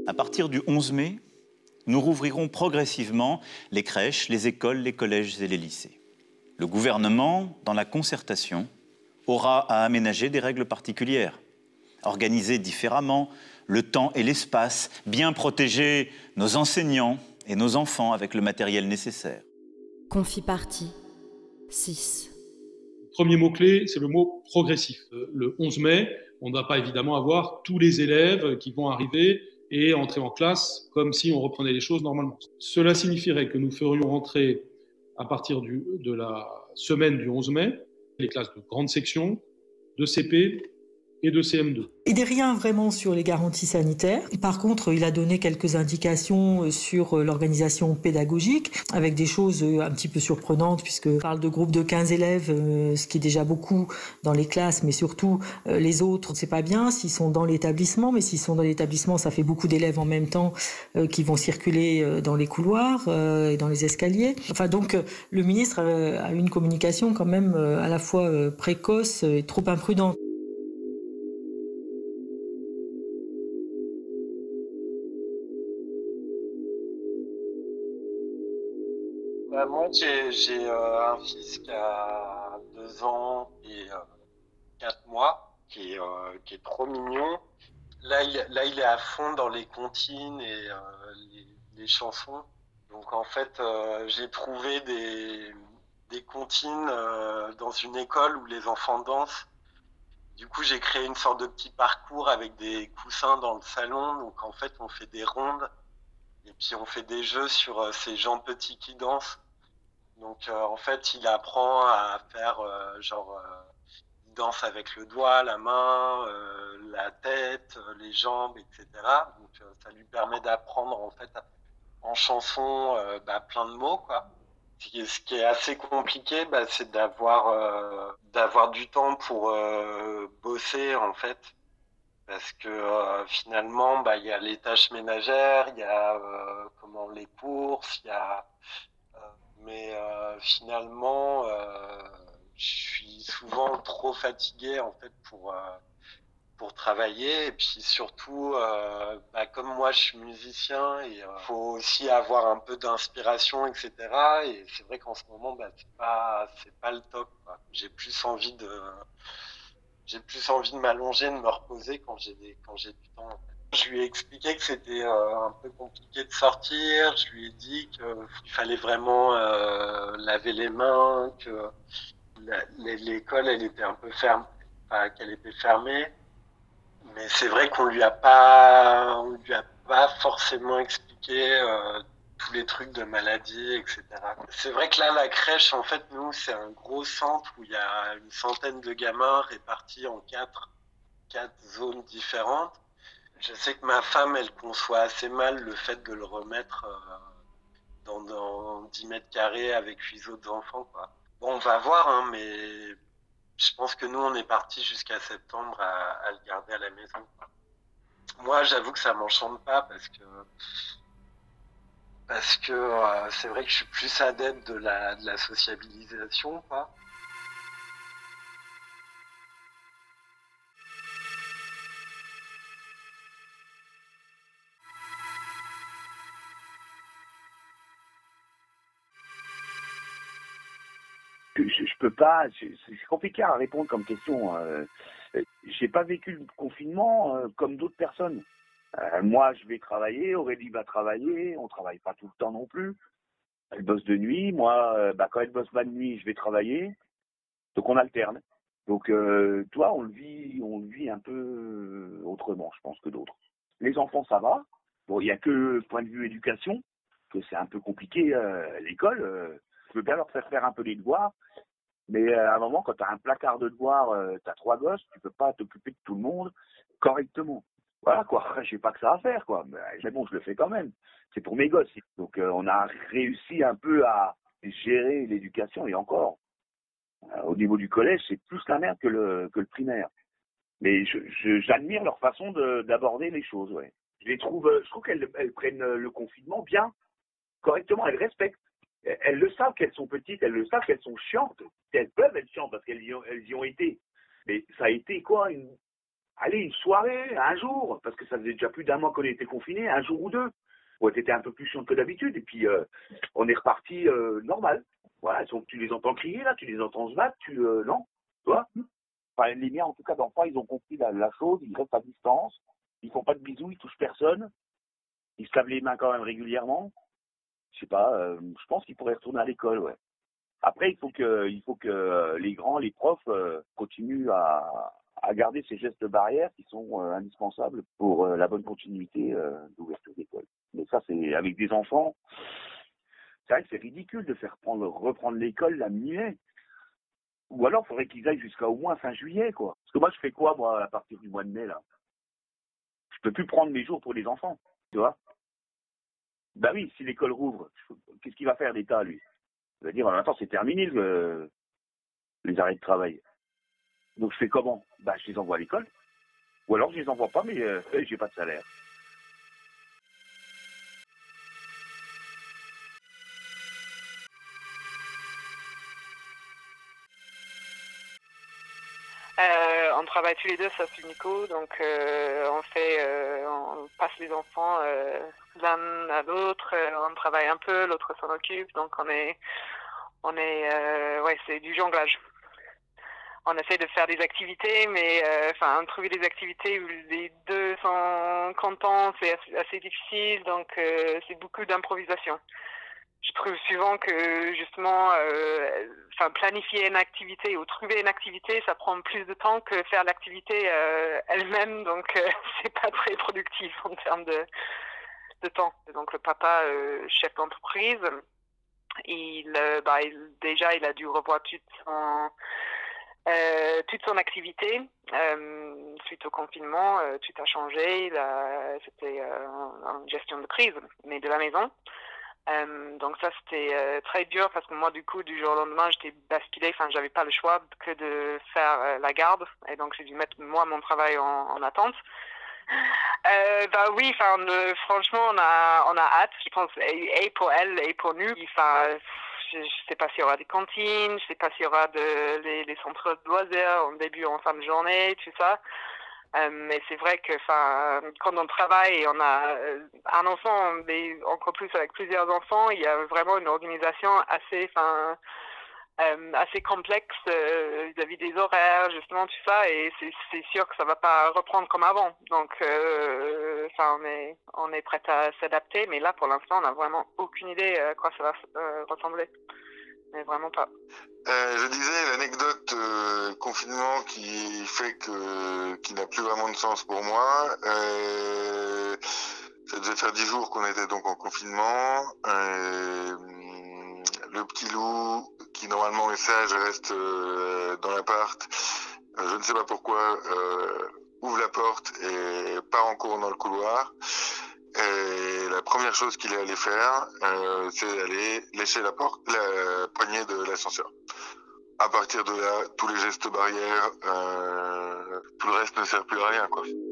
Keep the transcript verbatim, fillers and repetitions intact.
À partir du onze mai, nous rouvrirons progressivement les crèches, les écoles, les collèges et les lycées. Le gouvernement, dans la concertation, aura à aménager des règles particulières, organiser différemment le temps et l'espace, bien protéger nos enseignants et nos enfants avec le matériel nécessaire. Confipartie six. Premier mot-clé, c'est le mot progressif. Le onze mai, on ne va pas évidemment avoir tous les élèves qui vont arriver et entrer en classe comme si on reprenait les choses normalement. Cela signifierait que nous ferions entrer à partir du, de la semaine du onze mai les classes de grande section, de C P et de C M deux. Il dit rien vraiment sur les garanties sanitaires. Par contre, il a donné quelques indications sur l'organisation pédagogique, avec des choses un petit peu surprenantes, puisqu'on parle de groupes de quinze élèves, ce qui est déjà beaucoup dans les classes, mais surtout les autres, c'est pas bien s'ils sont dans l'établissement, mais s'ils sont dans l'établissement, ça fait beaucoup d'élèves en même temps qui vont circuler dans les couloirs et dans les escaliers. Enfin, donc, le ministre a eu une communication quand même à la fois précoce et trop imprudente. Bah, moi, j'ai, j'ai euh, un fils qui a deux ans et euh, quatre mois, qui est, euh, qui est trop mignon. Là il, là, il est à fond dans les comptines et euh, les, les chansons. Donc, en fait, euh, j'ai trouvé des, des comptines euh, dans une école où les enfants dansent. Du coup, j'ai créé une sorte de petit parcours avec des coussins dans le salon. Donc, en fait, on fait des rondes et puis on fait des jeux sur euh, ces gens petits qui dansent. Donc euh, en fait, il apprend à faire euh, genre euh, il danse avec le doigt, la main, euh, la tête, euh, les jambes, et cetera. Donc euh, ça lui permet d'apprendre en fait en chanson euh, bah, plein de mots quoi. Ce qui est, ce qui est assez compliqué, bah, c'est d'avoir euh, d'avoir du temps pour euh, bosser en fait, parce que euh, finalement, bah il y a les tâches ménagères, il y a euh, comment les courses, il y a mais euh, finalement, euh, je suis souvent trop fatigué en fait pour euh, pour travailler. Et puis surtout, euh, bah, comme moi, je suis musicien et euh, faut aussi avoir un peu d'inspiration, et cetera. Et c'est vrai qu'en ce moment, bah, c'est pas c'est pas le top, quoi. J'ai plus envie de j'ai plus envie de m'allonger, de me reposer quand j'ai des quand j'ai du temps. En fait. Je lui ai expliqué que c'était euh, un peu compliqué de sortir. Je lui ai dit qu'il fallait vraiment euh, laver les mains, que la, l'école elle était un peu fermée, enfin, qu'elle était fermée. Mais c'est vrai qu'on lui a pas, on lui a pas forcément expliqué euh, tous les trucs de maladie, et cetera. C'est vrai que là, la crèche, en fait, nous, c'est un gros centre où il y a une centaine de gamins répartis en quatre, quatre zones différentes. Je sais que ma femme, elle conçoit assez mal le fait de le remettre euh, dans, dans dix mètres carrés avec huit autres enfants, quoi. Bon, on va voir, hein, mais je pense que nous, on est parti jusqu'à septembre à, à le garder à la maison, quoi. Moi, j'avoue que ça m'enchante pas parce que parce que euh, c'est vrai que je suis plus adepte de la de la sociabilisation, quoi. Je, je, je peux pas, c'est compliqué à répondre comme question. Euh, j'ai pas vécu le confinement euh, comme d'autres personnes. Euh, moi, je vais travailler, Aurélie va travailler, on travaille pas tout le temps non plus. Elle bosse de nuit, moi, euh, bah, quand elle bosse pas de nuit, je vais travailler. Donc on alterne. Donc euh, toi, on le vit, on le vit un peu autrement, je pense, que d'autres. Les enfants, ça va. Bon, il y a que point de vue éducation que c'est un peu compliqué. Euh, l'école, euh, je veux bien leur faire faire un peu les devoirs, mais euh, à un moment, quand tu as un placard de devoirs, euh, tu as trois gosses, tu peux pas t'occuper de tout le monde correctement. Voilà quoi, j'ai pas que ça à faire quoi. Mais bon, je le fais quand même. C'est pour mes gosses. Donc euh, on a réussi un peu à gérer l'éducation et encore. Au niveau du collège, c'est plus la merde que le, que le primaire. Mais je, je, j'admire leur façon de, d'aborder les choses, ouais. Je les trouve, je trouve qu'elles elles prennent le confinement bien, correctement, elles respectent. Elles, elles le savent qu'elles sont petites, elles le savent qu'elles sont chiantes. Elles peuvent être chiantes parce qu'elles y ont, elles y ont été. Mais ça a été quoi, une, allez, une soirée, un jour, parce que ça faisait déjà plus d'un mois qu'on était confinés, un jour ou deux. Bon, t'étais un peu plus chiant que d'habitude, et puis euh, on est reparti euh, normal. Voilà, donc tu les entends crier là, tu les entends se battre, tu euh, non, tu vois. Enfin, les miens, en tout cas, d'enfants, ils ont compris la, la chose, ils restent à distance, ils font pas de bisous, ils touchent personne, ils se lavent les mains quand même régulièrement. Je sais pas, euh, je pense qu'ils pourraient retourner à l'école, ouais. Après, il faut que, il faut que les grands, les profs euh, continuent à, à garder ces gestes barrières qui sont euh, indispensables pour euh, la bonne continuité euh, d'ouverture d'école. Mais ça, c'est avec des enfants. C'est vrai que c'est ridicule de faire prendre, reprendre l'école la mi-mai. Ou alors, il faudrait qu'ils aillent jusqu'à au moins fin juillet, quoi. Parce que moi, je fais quoi, moi, à partir du mois de mai, là? Je peux plus prendre mes jours pour les enfants, tu vois? Bah oui, si l'école rouvre, qu'est-ce qu'il va faire l'État, lui? Il va dire, attends, c'est terminé, le, les arrêts de travail. Donc, je fais comment? Bah, je les envoie à l'école. Ou alors, je les envoie pas, mais euh, j'ai pas de salaire. Euh, on travaille tous les deux sur Unico, donc euh, on fait, euh, on passe les enfants euh, l'un à l'autre, euh, on travaille un peu, l'autre s'en occupe, donc on est, on est, euh, ouais, c'est du jonglage. On essaie de faire des activités, mais enfin, euh, trouver des activités où les deux sont contents, c'est assez, assez difficile, donc euh, c'est beaucoup d'improvisation. Je trouve souvent que justement, euh, enfin, planifier une activité ou trouver une activité, ça prend plus de temps que faire l'activité euh, elle-même, donc euh, c'est pas très productif en termes de, de temps. Donc le papa, euh, chef d'entreprise, il, euh, bah, il, déjà, il a dû revoir toute son, euh, toute son activité euh, suite au confinement. Euh, tout a changé. C'était euh, en gestion de crise, mais de la maison. Euh, donc ça c'était euh, très dur parce que moi du coup du jour au lendemain j'étais basculée, enfin j'avais pas le choix que de faire euh, la garde et donc j'ai dû mettre moi mon travail en, en attente. Euh, bah oui, enfin euh, franchement on a on a hâte, je pense, et, et pour elle et pour nous. Enfin je, je sais pas s'il y aura des cantines, je sais pas s'il y aura de, les, les centres de loisirs en début en fin de journée, tout ça. Euh, mais c'est vrai que, enfin, quand on travaille et on a un enfant, mais encore plus avec plusieurs enfants, il y a vraiment une organisation assez, enfin, euh, assez complexe euh, vis-à-vis des horaires, justement tout ça, et c'est, c'est sûr que ça va pas reprendre comme avant. Donc, euh, enfin, on est, on est prêt à s'adapter, mais là, pour l'instant, on n'a vraiment aucune idée à quoi ça va euh, ressembler. Mais vraiment pas. Euh, je disais l'anecdote euh, confinement qui fait que qui n'a plus vraiment de sens pour moi. Euh, ça devait faire dix jours qu'on était donc en confinement. Euh, le petit loup qui normalement est sage reste euh, dans l'appart. Euh, je ne sais pas pourquoi euh, ouvre la porte et part en courant dans le couloir. Et la première chose qu'il est allé faire, euh, c'est aller lécher la porte, la poignée de l'ascenseur. À partir de là, tous les gestes barrières, euh, tout le reste ne sert plus à rien, quoi.